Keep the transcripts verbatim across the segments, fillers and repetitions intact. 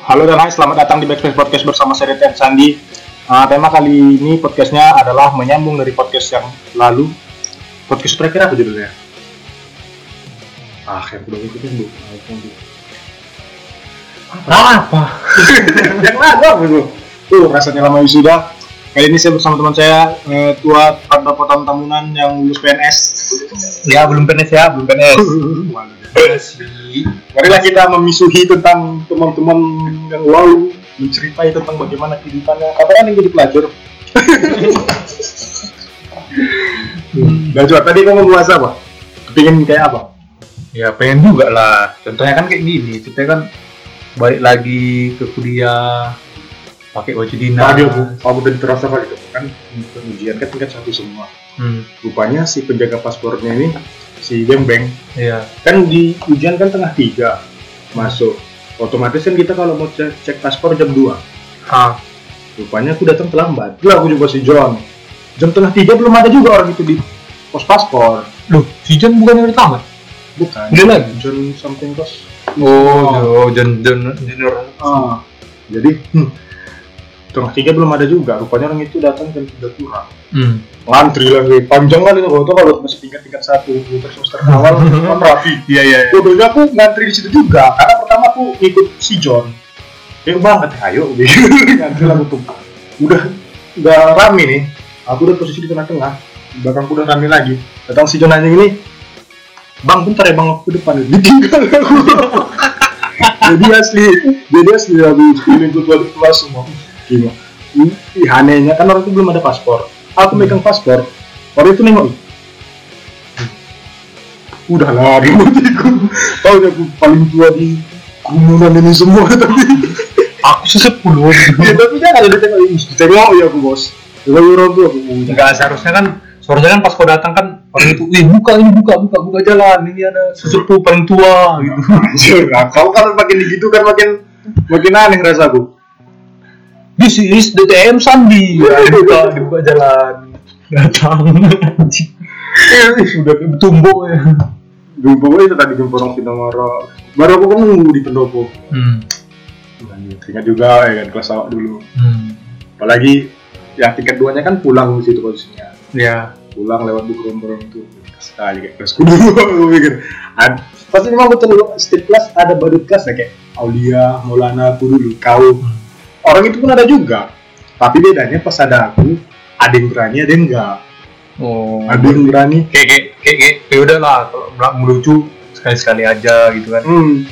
Halo dan hai, selamat datang di Backspace Podcast bersama saya Reten Sandi. Uh, tema kali ini podcastnya adalah menyambung dari podcast yang lalu. Podcast terakhir apa judulnya? Ah, yang udah ikutin bu. Apa? apa? Yang lalu apa bu? Tuh rasanya lama wisuda. Kali ini saya bersama teman saya eh, tua kantor Kota Tamunan yang lulus P N S. Ya belum P N S ya, belum P N S. Marilah kita memisuhi tentang teman-teman yang lalu, menceritai tentang bagaimana kehidupannya. Kapan yang jadi pelajar? Baju tadi kamu bahas apa? Pengen kayak apa? Ya pengen juga lah. Contohnya kan kayak gini, kita kan balik lagi ke kuliah, pakai baju dinas. Tadi aku, kamu udah terasa kali itu kan ujian kan tingkat satu semua. Hmm. Rupanya si penjaga paspornya ini si Gembeng. Iya. Kan di ujian kan tengah tiga masuk. Otomatis kan kita kalau mau cek, cek paspor jam dua. Ah. Rupanya aku datang terlambat. Lah aku juga si John. Jam tengah tiga belum ada juga orang itu di pos paspor. Loh, si John bukannya udah tamat? Bukan. Udah lagi. John something kos. Oh, oh John John Junior. Ah. Jadi hmm, tengah tiga belum ada juga. Rupanya orang itu datang jam tiga kurang. Hmm. Ngantri lagi, panjang kali itu kalau kalau masih tingkat-tingkat satu untuk semester awal kan rapi. Iya iya. Bodohnya aku ngantri di situ juga, karena pertama aku ikut si John. Ayo banget, ayo, ngantri lah tuh. Udah, udah rame nih. Aku udah posisi di tengah-tengah, belakangku udah rame lagi. Datang si John anjing ini, bang bentar ya bang aku depan, ditinggal aku. Jadi asli, jadi asli aku feeling tua di kelas semua. Gimana? Ih anehnya kan orang itu belum ada paspor. Aku megang paspor, orang itu nengok. Udah lah, remotiku. Tahu aku paling tua di kerumunan ini semua, tapi aku sepuluh. Ya tapi jangan ada ditengok, ditengok ya aku bos. Kalau orang tuh aku enggak seharusnya kan, seharusnya kan pas kau datang kan orang itu, wih buka ini buka buka buka jalan, ini ada sesepuh paling tua gitu. Anjir, nah, kau kan makin gitu kan makin makin aneh rasaku. This is D T M Sandi. Ya, dibuka, dibuka jalan. Datang. Udah bertumbuh ya. Jumbo itu tadi jumpa orang Pinamara. Baru aku kan nunggu di pendopo. Hmm. Ingat juga ya kan kelas awal dulu. Hmm. Apalagi yang tingkat duanya kan pulang di situ posisinya. Ya. Pulang lewat buku romborong itu. Sekali kayak kelasku dulu aku pikir. Ad, pasti memang betul setiap kelas ada badut kelas ya kayak Aulia, Maulana, aku dulu, kau. Hmm. Orang itu pun ada juga, tapi bedanya pas ada aku, ada yang berani, ada yang enggak. Oh. Ada yang berani, kayak kayak kayak, kayak ya udah lah, kalau melucu sekali sekali aja gitu kan. Hmm.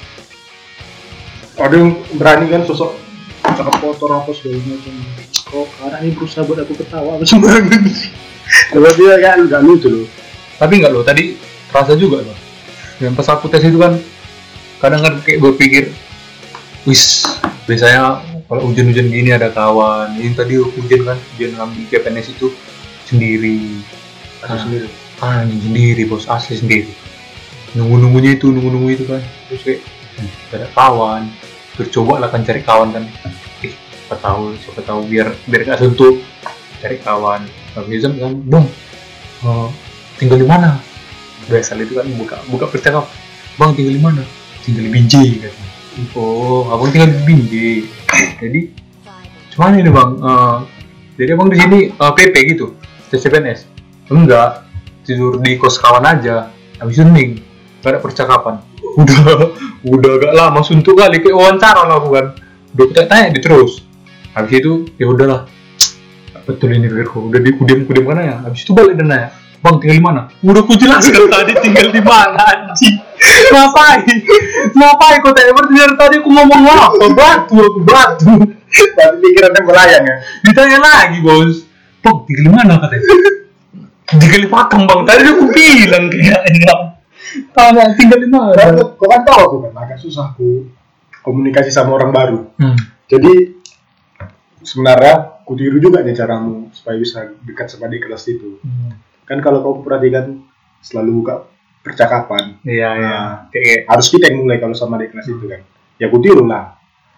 Ada yang berani kan sosok cakap kotor apa segala macam. Kok karena ini berusaha buat aku ketawa apa sembarangan. Kalau dia kan nggak lucu loh. Tapi nggak loh, tadi terasa juga loh. Yang pas aku tes itu kan, kadang kan kayak berpikir, wis biasanya kalau hujan-hujan gini ada kawan. Ini tadi hujan kan, hujan ngambil P N S itu sendiri. Asli sendiri. Ah, ini sendiri bos, asli sendiri. Nunggu-nunggunya itu, nunggu-nunggu itu kan. Terus kayak, hmm, ada kawan. Terus coba lah kan cari kawan kan. Eh, siapa tahu, siapa tahu biar biar gak suntuk. Cari kawan. Habis itu kan, bang, uh, tinggal di mana? Biasa itu kan buka buka percakapan. Bang tinggal di mana? Tinggal di Binjai kan. Oh, abang tinggal di Binjai. Jadi, cuman ini bang, uh, jadi abang di sini uh, P P gitu, tes C P N S. Enggak, tidur di kos kawan aja. Habis itu nih, gak ada percakapan. Udah, udah agak lama suntuk kali kayak wawancara lah aku kan. Udah kita tanya dia terus. Habis itu ya udahlah. Betul ini pikirku. Udah di kudiam kudiam mana ya. Habis itu balik dan nanya, bang tinggal di mana? Udah ku jelaskan tadi tinggal di mana anjing. Ngapain? Ngapain kau tanya dari tadi aku ngomong apa? Batu aku batu. Tapi pikirannya melayang ya. Ditanya lagi bos. Bang tinggal di mana katanya? Tinggal di Pakem bang. Tadi aku bilang kayaknya. Tanya tinggal di mana? Kau kan tahu aku kan agak susah aku komunikasi sama orang baru. Hmm. Jadi sebenarnya aku tiru juga nih caramu supaya bisa dekat sama di kelas itu. Hmm. Kan kalau kau perhatikan selalu buka percakapan. Iya nah, iya. Kayak harus kita yang mulai kalau sama di kelas itu kan. Ya aku tiru lah.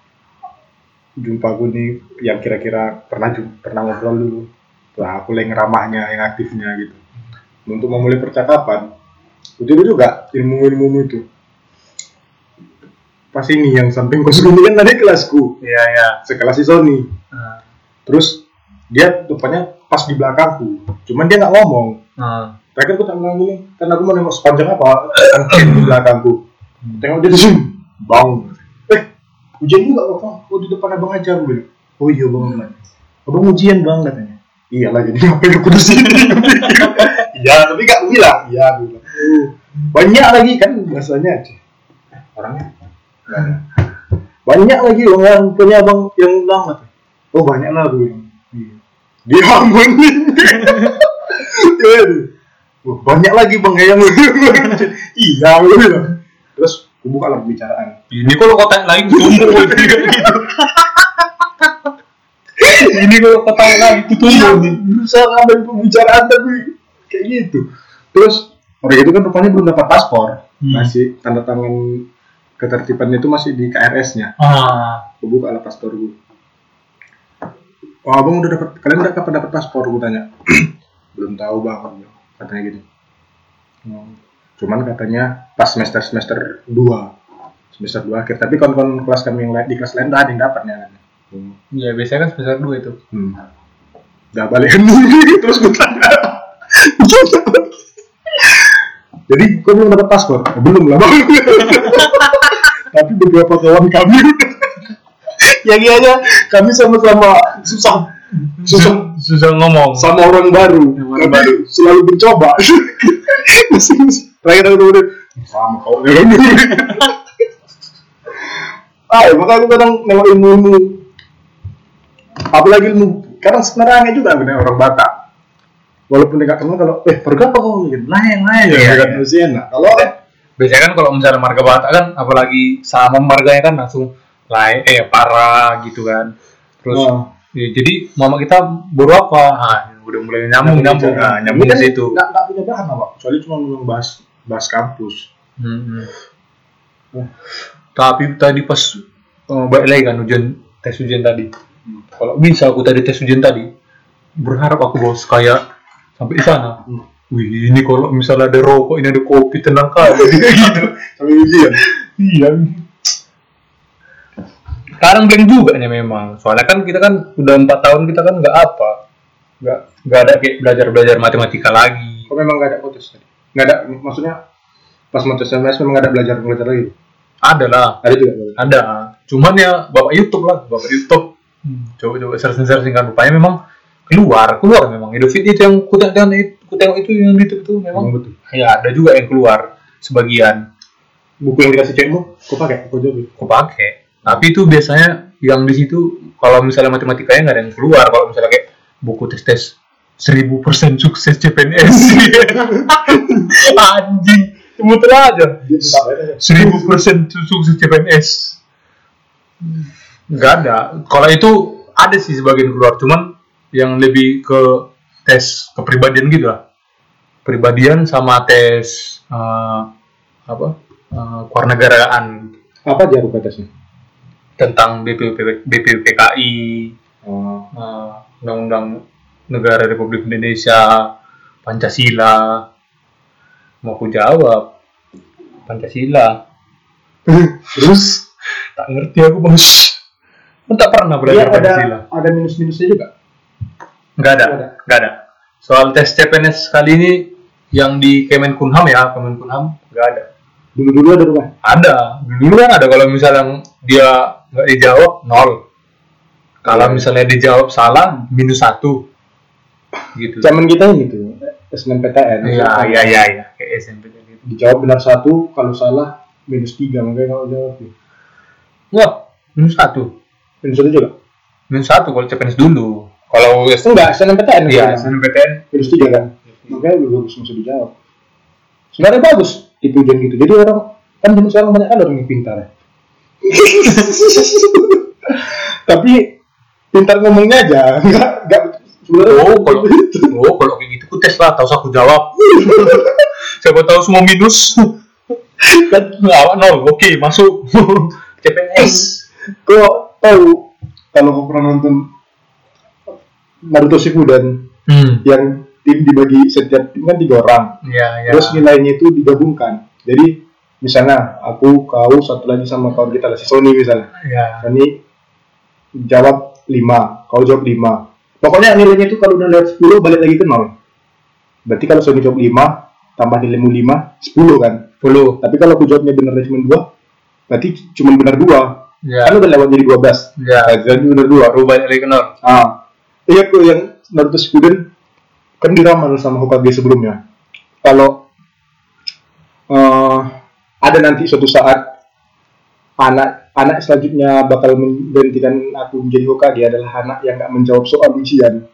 Jumpa aku nih yang kira-kira pernah pernah ngobrol dulu. Lah aku yang ramahnya, yang aktifnya gitu. Untuk memulai percakapan, aku tiru juga ilmu-ilmu itu. pas ini yang samping kosku ini kan tadi kelasku. Iya iya. Sekelas si Sony. Uh. Terus dia rupanya pas di belakangku. Cuman dia nggak ngomong. Uh. Terakhir aku tak bilang gini, kan aku mau nengok sepanjang apa kan di belakangku. Tengok dia di sini, bang. Eh, ujian juga apa? Oh di depan abang aja aku bilang. Oh iya bang. Abang ujian bang katanya. Iyalah jadi ngapain aku di sini? Iya, tapi nggak bilang. Iya, aku bilang. Oh, banyak lagi kan bahasanya aja. Eh, orangnya. Nah, banyak lagi orang yang punya abang yang lama. Oh banyak lah aku bilang. Iya. Dia amunin. Iya. Oh, banyak lagi bang yang iya aku bilang. Terus aku buka lah pembicaraan. Ini kalau kota lain tumbuh gitu. Ini kalau kota lain itu tumbuh nih. Berusaha ngambil pembicaraan tapi kayak gitu. Terus orang itu kan rupanya belum dapat paspor. Hmm. Masih tanda tangan ketertiban itu masih di K R S-nya. Ah. Aku buka lah paspor gue. Oh abang udah dapat, kalian udah kapan dapat paspor? Gue tanya. Belum tahu bang, katanya gitu. Hmm. Cuman katanya pas semester semester dua, semester dua akhir. Tapi kawan-kawan kelas kami yang lain di kelas lain udah ada yang dapat nih. Hmm. Ya biasanya kan semester dua itu. Hmm. Udah balik terus gue tanya. Jadi kau belum dapat paspor? Oh, belum lah bang. Tapi beberapa kawan kami yang iya aja kami sama-sama susah susah susah ngomong sama orang baru, orang baru selalu mencoba. Terakhir aku udah sama kau orang dulu. Ah, makanya aku kadang nengok ilmu-ilmu, apalagi ilmu kadang sebenarnya juga benar orang Batak. Walaupun dia nggak kenal kalau eh pergi apa kau gitu, lain lain ya kan masih enak. Kalau biasanya kan kalau misalnya marga Batak kan, apalagi sama marganya kan langsung lain eh parah gitu kan. Terus oh. Ya, jadi mama kita baru apa? Ah, udah mulai nyambung nyambung, nah, nyambung di situ. Nggak nggak punya bahan apa? Soalnya cuma bahas bahas kampus. Hmm. Oh. Tapi tadi pas uh, balik lagi kan ujian tes ujian tadi. Hmm. Kalau bisa aku tadi tes ujian tadi, berharap aku bos kayak sampai di sana. Hmm. Wih, ini kalau misalnya ada rokok, ini ada kopi, tenang kali gitu. Sampai ujian. Iya. Sekarang blank juga nih memang. Soalnya kan kita kan udah empat tahun kita kan nggak apa, nggak nggak ada kayak belajar belajar matematika lagi. Kok memang nggak ada kotes tadi? Nggak ada, maksudnya pas mau tes M S memang nggak ada belajar belajar lagi? Ada lah. Ada juga. Ada. Cuman ya bapak YouTube lah, bapak YouTube. Hmm. Coba-coba searching-searching kan rupanya memang keluar, keluar memang. Edufit itu yang ku tengok ku tengok itu yang YouTube itu memang. Memang betul. Ya ada juga yang keluar sebagian. Buku yang dikasih cekmu, ku pakai, ku coba. Ku pakai. Tapi itu biasanya yang di situ kalau misalnya matematikanya nggak ada yang keluar. Kalau misalnya kayak buku tes-tes seribu persen sukses C P N S. Anjing, muter aja. Seribu persen sukses C P N S. Nggak ada. Kalau itu ada sih sebagian keluar. Cuman yang lebih ke tes kepribadian gitu lah. Pribadian sama tes uh, apa? Uh, kewarganegaraan. Apa aja rupa tesnya? Tentang B P P K I, oh. uh, Undang-Undang Negara Republik Indonesia, Pancasila. Mau aku jawab Pancasila. Terus tak ngerti aku bos. Tak pernah belajar ya, Pancasila. Ada, ada minus-minusnya juga? Nggak ada, nggak ada. Soal tes C P N S kali ini yang di Kemenkumham ya, Kemenkumham nggak ada. Dulu-dulu ada rumah? Ada. Dulu kan ada. Kalau misalnya dia nggak dijawab nol. Kalau misalnya dijawab salah minus satu. Gitu. Zaman kita ini tuh S N M P T N. Iya iya iya ya. Kayak S N M P T N gitu. Dijawab benar satu, kalau salah minus tiga, makanya kalau jawab. Wah, minus satu. Minus satu juga. Minus satu kalau C P N S dulu. Kalau enggak S N M P T N. Iya, S N M P T N minus tiga kan. Makanya lebih bagus masih dijawab. Sebenarnya bagus itu ujian gitu. Jadi orang kan zaman sekarang banyak kan orang yang pintar ya. Tapi pintar ngomongnya aja, enggak enggak sebenarnya. Oh, kalau oh, kalau kayak gitu ku tes lah, tahu aku jawab. Siapa tahu semua minus. Kan awak nol, oke, okay, masuk C P N S. Kok tahu kalau kau pernah nonton Naruto Shippuden hmm. yang tim dibagi setiap tim kan tiga orang. Iya, iya. Terus nilainya itu digabungkan. Jadi misalnya aku, kau, satu lagi sama kawan kita lah, si Sony misalnya. Ya. Sony jawab lima, kau jawab lima. Pokoknya nilainya itu kalau udah lewat sepuluh balik lagi ke nol. Berarti kalau Sony jawab lima, tambah nilaimu lima, sepuluh kan? sepuluh. Tapi kalau aku jawabnya benar cuma dua, berarti cuma benar dua. Ya. Kan udah lewat jadi dua belas. Ya. Jadi benar dua. Baru balik lagi ke nol. Ah. Iya tuh yang Naruto Shippuden kan diramal sama Hokage sebelumnya. Kalau uh, ada nanti suatu saat anak anak selanjutnya bakal menggantikan aku menjadi Hokage adalah anak yang nggak menjawab soal ujian.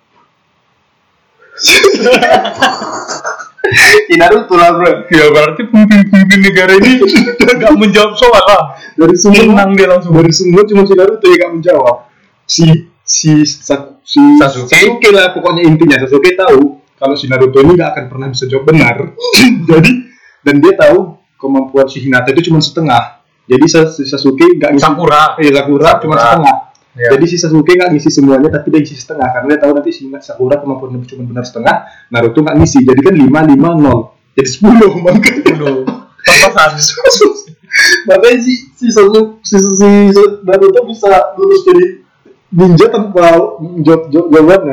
Si Naruto lah bro. Ya berarti pemimpin negara ini nggak menjawab soal lah. Dari semua Menang dia langsung. dari semua cuma si Naruto yang nggak menjawab. Si si Sa- si Sasuke? Sasuke lah pokoknya intinya Sasuke tahu kalau si Naruto ini nggak akan pernah bisa jawab benar. Jadi dan dia tahu kemampuan si Hinata itu cuma setengah. Jadi si Sasuke nggak ngisi Sakura. eh Sakura cuma setengah. Ya. Jadi si Sasuke nggak ngisi semuanya tapi dia ngisi setengah karena dia tahu nanti si Sakura kemampuan cuma benar setengah, Naruto nggak ngisi. Jadi kan lima lima nol. Jadi sepuluh makanya. Dulu. Pas-pasan. Makanya si si Sasuke si, si, si Naruto bisa lulus jadi ninja tanpa jawab jawab jawabannya.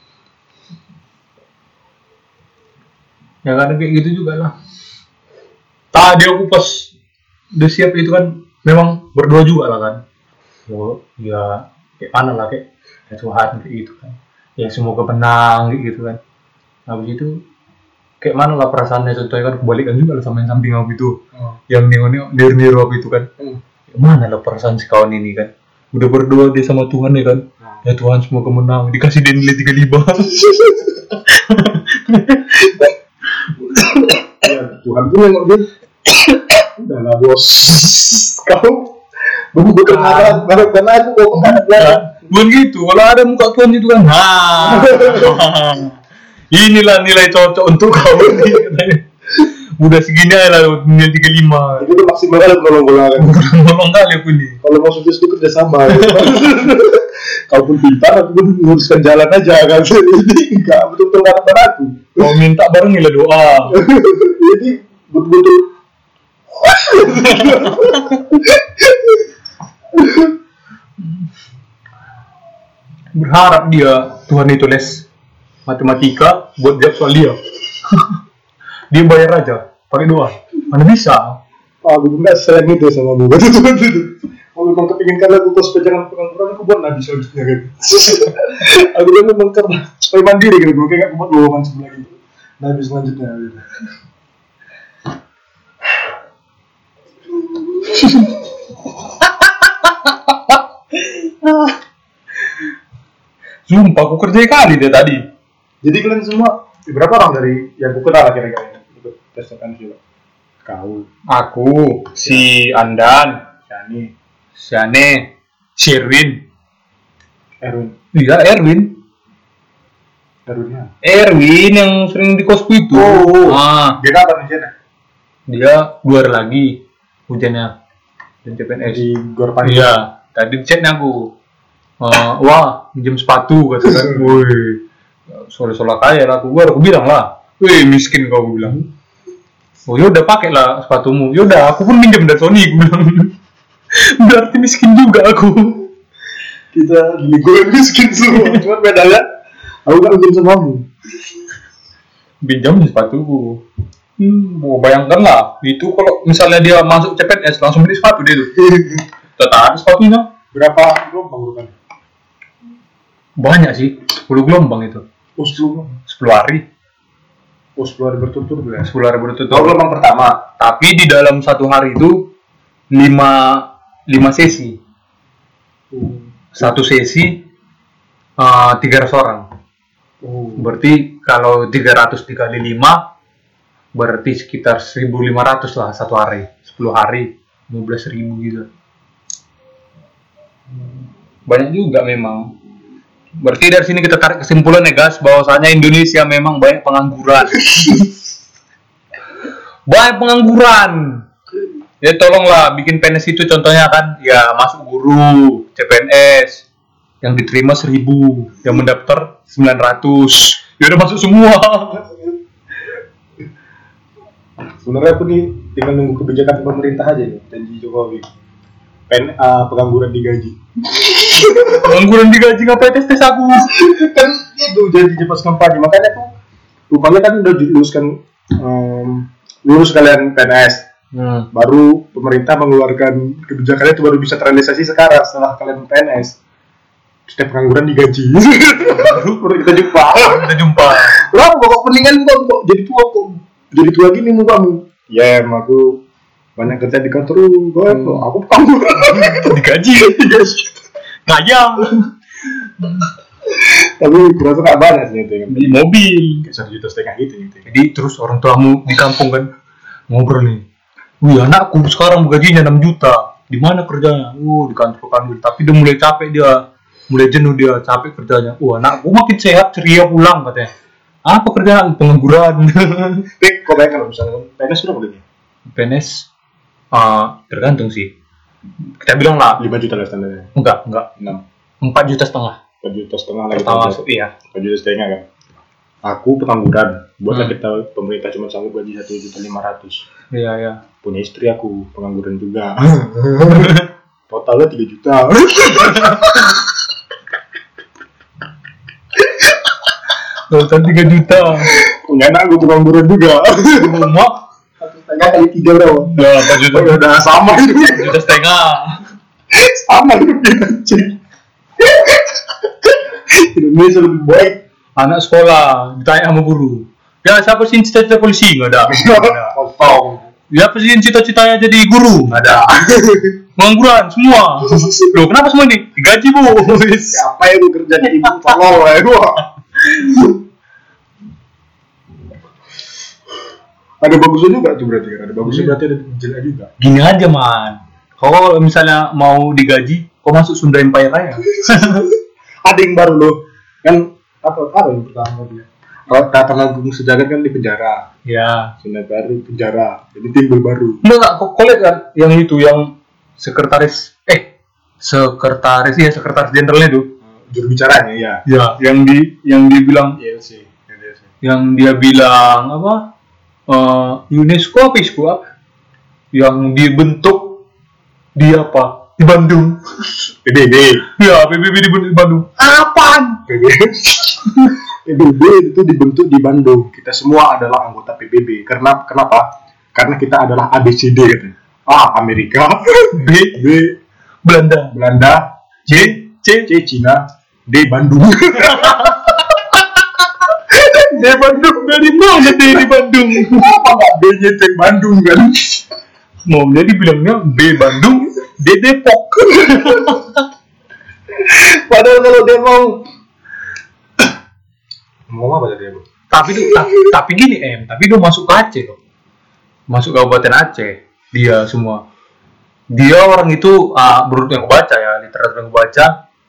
Ya kadang kayak gitu juga lah. Tadi aku pas udah siap itu kan memang berdoa juga lah kan. Oh ya kayak mana lah kayak ya Tuhan kayak gitu kan. Ya semoga menang kayak gitu kan. Habis itu kayak mana lah perasaannya contohnya kan kebalikan juga lah sama yang samping aku itu. Oh. Yang nengok niru-niru aku itu kan. Hmm. Kayak mana lah perasaan si kawan ini kan. Udah berdoa dia sama Tuhan ya kan. Nah. Ya Tuhan semoga menang. Dikasih dia nilai tiga puluh lima. Ya, Tuhan pun nengok dia. Udahlah bos, kau begitu berharap harap karena aku kau kan ada. Bukan gitu. Kalau ada muka Tuhan itu kan. Nah. Inilah nilai cocok untuk kau ini katanya. Udah segini aja lah nilai tiga puluh lima. Itu udah maksimal kali nolong-nolong kan. Nolong kali aku ini. Kalau mau sukses itu kerja sama. Ya. Kau pun pintar, aku pun menguruskan jalan aja kan. Ini enggak betul-betul harapan aku. Mau minta bareng nilai doa. Jadi betul-betul. Berharap dia Tuhan itu les matematika buat jawab soal dia. Dia bayar aja pakai doa. Mana bisa? Aku enggak selain itu sama bu. Betul-betul. Kalau memang kepingin kali aku kos pejangan pengangguran aku buat nabi seharusnya gitu. Aku kan memang karena supaya mandiri gitu. Gue kayak buat lowongan sebelah gitu. Nabi selanjutnya gitu. Sumpah aku kerja kali dia tadi. Jadi kalian semua berapa orang dari yang aku kenal kira-kira ikut tes tekan juga? Kau, Aku, si Andan, Yani, Siane, Sherwin. Erwin, Iya Erwin. Erwinnya. Erwin yang sering di kosku itu. Oh. Ah, Dia kapan di sana? dia dua hari lagi hujannya dan C P N S. Di Gor Pagi. Iya, tadi chatnya aku. Uh, wah, minjem sepatu kata kan. Woi, soal-soal kaya lah aku. Gua aku bilang lah, wih miskin kau aku bilang. Oh yaudah pakai lah sepatumu. Yaudah, aku pun minjem dari Sony aku bilang. Berarti miskin juga aku. Kita di gue miskin semua. Cuma bedanya aku kan minjem sama kamu. Pinjam sepatuku. Hmm, mau bayangkan lah, itu kalau misalnya dia masuk C P N S langsung beli sepatu dia tuh. Tetap ada sepatunya. Berapa gelombang bukan? Banyak sih, sepuluh gelombang itu. Oh sepuluh. sepuluh hari. Oh sepuluh hari berturut-turut ya. sepuluh hari berturut-turut. Oh gelombang pertama. Tapi di dalam satu hari itu lima lima sesi. Satu sesi uh, tiga ratus orang. Oh. Berarti kalau tiga ratus dikali lima berarti sekitar seribu lima ratus lah satu hari. sepuluh hari lima belas ribu gitu. Banyak juga memang. Berarti dari sini kita tarik kesimpulan ya guys, bahwasanya Indonesia memang banyak pengangguran. Banyak pengangguran. Ya tolonglah bikin P N S itu contohnya kan, ya masuk guru, C P N S, yang diterima seribu, yang mendaftar sembilan ratus. Ya udah masuk semua. Sebenarnya aku nih tinggal nunggu kebijakan pemerintah aja nih, janji Jokowi. Pen, uh, pengangguran digaji. Pengangguran digaji ngapain tes tes aku? Kan itu janji pas kampanye, makanya tuh rupanya kan udah diluluskan um, lulus kalian P N S. Hmm. Baru pemerintah mengeluarkan kebijakannya itu baru bisa terrealisasi sekarang setelah kalian P N S. Setiap pengangguran digaji. Baru kita jumpa. Kita jumpa. Lah kok peningan kok kok jadi tua kok jadi tua gini mukamu. Ya em aku banyak kerja di kantor gue, hmm. aku pengangguran. Digaji, digaji. Kaya. Tapi kurasa nggak banyak sih itu. Di mobil. Kayak satu juta setengah gitu. Jadi terus orang tuamu di kampung kan ngobrol nih. Wih anakku sekarang gajinya enam juta. Di mana kerjanya? Uh di kantor kantor. Tapi dia mulai capek dia, mulai jenuh dia, capek kerjanya. Wah anakku makin sehat, ceria pulang katanya. Apa kerjaan? Pengangguran. Tapi kok bayangkan kalau misalnya P N S berapa gajinya? P N S uh, tergantung sih. Kita bilang lah lima juta lah standarnya. Enggak, enggak. enam. empat juta setengah. empat juta setengah lagi. Pertama masuk iya. empat juta setengah kan. Aku pengangguran. Buatlah hmm. kita pemerintah cuma sanggup gaji satu juta lima ratus. Iya, iya. Punya istri aku pengangguran juga. Totalnya tiga juta. Total tiga juta. Punya anak aku pengangguran juga. Rumah satu setengah kali tiga berapa? Udah empat juta. Oh, udah sama itu. empat juta setengah. Sama itu kita cek. Indonesia lebih baik. Anak sekolah ditanya sama guru. Ya siapa sih cita-cita polisi? Nggak ada. Kosong. Ya apa sih cita-citanya jadi guru? Nggak ada. Pengangguran semua. Loh kenapa semua ini? Digaji bu. Siapa yang lu kerja di ibu tolol ya gua. Ada bagusnya juga tuh berarti kan? Ada bagusnya berarti ada jelek juga. Gini aja man. Kalau misalnya mau digaji, kau masuk Sunda Empire aja. Ada yang baru loh. Kan apa apa yang pertama dia? Kakang Agung Sejagat kan di penjara. Ya. Sunda baru penjara. Jadi timbul baru. Enggak, kok lihat kan yang itu yang sekretaris eh sekretaris ya sekretaris jenderalnya itu. Juru bicaranya ya. Ya, yang di yang dibilang iya sih. Yang dia bilang apa? Uh, UNESCO apa UNESCO apa? Yang dibentuk di apa? Di Bandung. P B B. Ya, P B B dibentuk di Bandung. Apaan? P B B. P B B itu dibentuk di Bandung. Kita semua adalah anggota P B B. Karena kenapa? Karena kita adalah A B C D katanya. A Amerika, B B Belanda, Belanda, C C C Cina, D Bandung. D Bandung dari mana D di Bandung? Apa nggak B-nya T Bandung kan? Mau jadi bilangnya B Bandung, D Depok. Padahal kalau dia mau mau apa tadi aku? Tapi tuh, ta- tapi gini em, tapi dia masuk ke Aceh loh, masuk Kabupaten Aceh, dia semua. Dia orang itu uh, menurut yang aku baca ya, literatur yang aku baca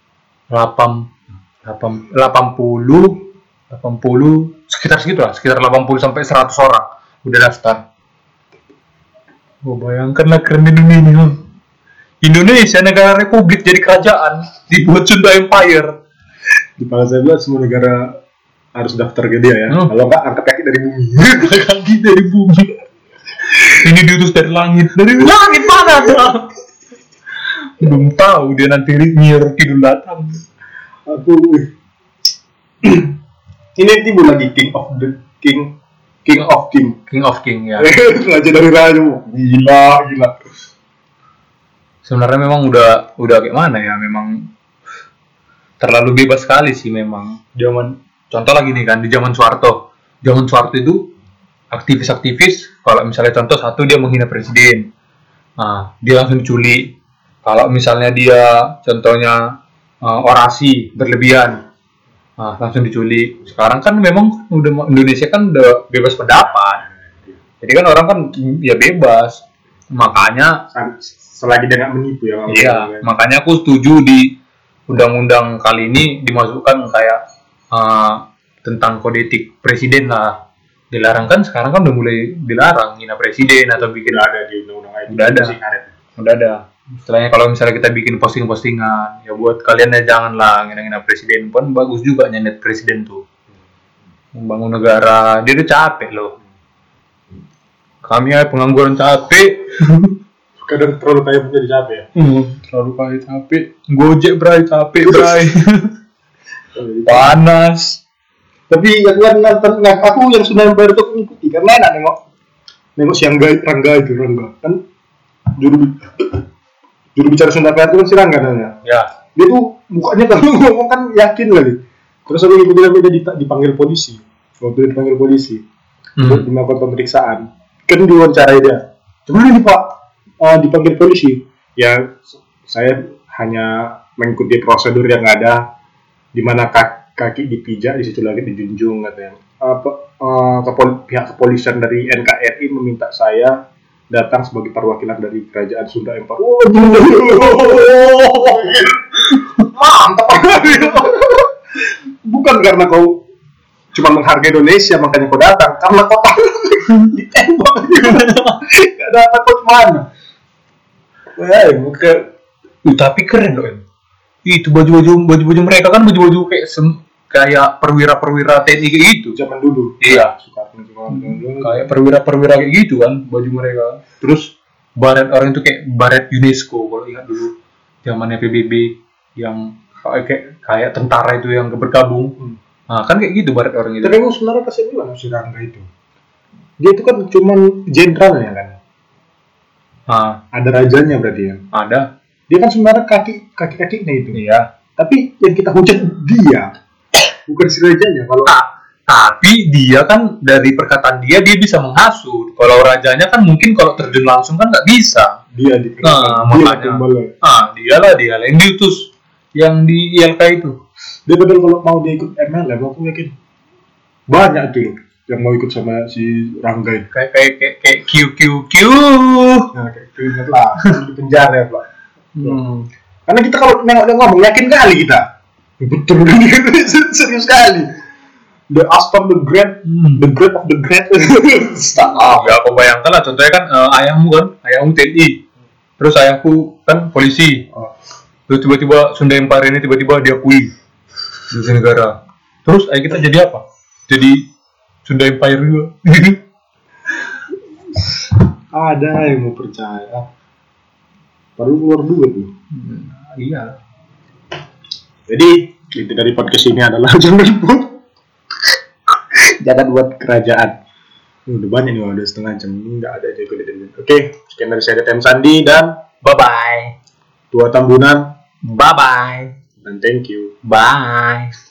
delapan puluh delapan puluh sekitar segitu lah, sekitar delapan puluh sampai seratus orang udah daftar. Oh, bayangkanlah keren Indonesia. Indonesia negara republik jadi kerajaan dibuat Sunda Empire. Di kepala saya bilang semua negara harus daftar ke dia ya. Hmm. Kalau enggak angkat kaki dari bumi. Angkat kaki dari bumi. Ini diutus dari langit. Dari langit mana tuh? Belum tahu dia nanti Nyer Kidul datang. Aku ini timbul lagi King of the King King of King King of King ya. Raja dari raja. Gila, gila. Sebenarnya memang udah udah kayak mana ya, memang terlalu bebas sekali sih memang. Zaman contoh lagi nih kan di zaman Soeharto. Zaman Soeharto itu aktivis-aktivis kalau misalnya contoh satu dia menghina presiden. Nah, dia langsung diculik. Kalau misalnya dia contohnya uh, orasi berlebihan, nah, langsung diculik. Sekarang kan memang udah Indonesia kan udah bebas pendapat. Jadi kan orang kan ya bebas. Makanya selagi dia nggak menipu ya. Iya, ya. Makanya aku setuju di undang-undang kali ini dimasukkan kayak uh, tentang kode etik presiden lah. Dilarang kan sekarang kan udah mulai dilarang hina presiden atau bikin udah ada di undang-undang itu. Udah ada. Udah ada. Istilahnya kalau misalnya kita bikin posting-postingan, ya buat kalian ya janganlah ngina-ngina presiden, pun bagus juga nyandet presiden tuh. Membangun negara, dia udah capek loh. Kami ya pengangguran capek. Kadang terlalu kaya menjadi capek ya. Hmm, terlalu kaya capek. Gojek bray, capek bray. Panas. Tapi yang yang nonton yang aku yang sudah baru tuh mengikuti karena enak nengok nengok si Angga Rangga itu Rangga kan juru juru bicara Sunda Empire itu kan si Rangga namanya. Ya. Dia tuh mukanya kalau ngomong kan yakin lagi. Terus aku ikutin sampai dia dipanggil polisi. Waktu dia dipanggil polisi untuk hmm. melakukan pemeriksaan kan diwawancarai dia. Cuman ini Pak uh, dipanggil polisi. Ya saya hanya mengikuti prosedur yang ada di mana kaki kaki dipijak, di situ lagi dijunjung katanya. Apa uh, kepol- pihak kepolisian dari N K R I meminta saya datang sebagai perwakilan dari kerajaan Sunda Empire. Oh, mantap. Bukan karena kau cuma menghargai Indonesia makanya kau datang, karena kau tahu ditembak. Gak datang kau mana? Wah, muka. Uh, tapi keren loh. Itu baju-baju baju-baju mereka kan baju-baju kayak sem- kayak perwira-perwira T N I kayak gitu zaman dulu. Iya. Hmm. Kayak perwira-perwira kayak gitu kan baju mereka. Terus baret orang itu kayak baret UNESCO kalau ingat dulu zamannya P B B yang kayak kayak tentara itu yang bergabung. Hmm. Nah, kan kayak gitu baret orang itu. Tapi aku sebenarnya kasih bilang si Rangga itu. Dia itu kan cuman jenderalnya kan. Ah. Ada rajanya berarti ya. Ada. Dia kan sebenarnya kaki kaki kakinya itu. Iya. Tapi yang kita hujat dia, bukan si rajanya. Kalau ah, tapi dia kan dari perkataan dia dia bisa menghasut. Kalau rajanya kan mungkin kalau terjun langsung kan nggak bisa. Dia di nah, dia makanya. Ah, dialah dia yang diutus yang di I L K itu. Dia betul kalau mau dia ikut M L M, aku yakin banyak tuh yang mau ikut sama si Rangga itu. Kayak kayak kayak, kayak Q Q Q. Nah, kayak Q lah, di penjara ya, Pak. Hmm. Karena kita kalau nengok dia ngomong yakin kali kita. Betul serius sekali. The Aston the Great, hmm. the Great of the Great. Stop. Ya aku bayangkan lah contohnya kan uh, ayahmu kan, ayahmu T N I. Terus ayahku kan polisi. Oh. Terus tiba-tiba Sunda Empire ini tiba-tiba diakui di negara. Terus ayah kita jadi apa? Jadi Sunda Empire juga. Ada yang mau percaya. Baru keluar duit tuh. Hmm, iya. Jadi inti dari podcast ini adalah jangan buat jangan buat kerajaan. Udah banyak nih, udah setengah jam ini nggak ada aja gue lihat. Oke, sekian dari saya Tem Sandi dan bye bye. Dua Tambunan. Bye bye. Dan thank you. Bye.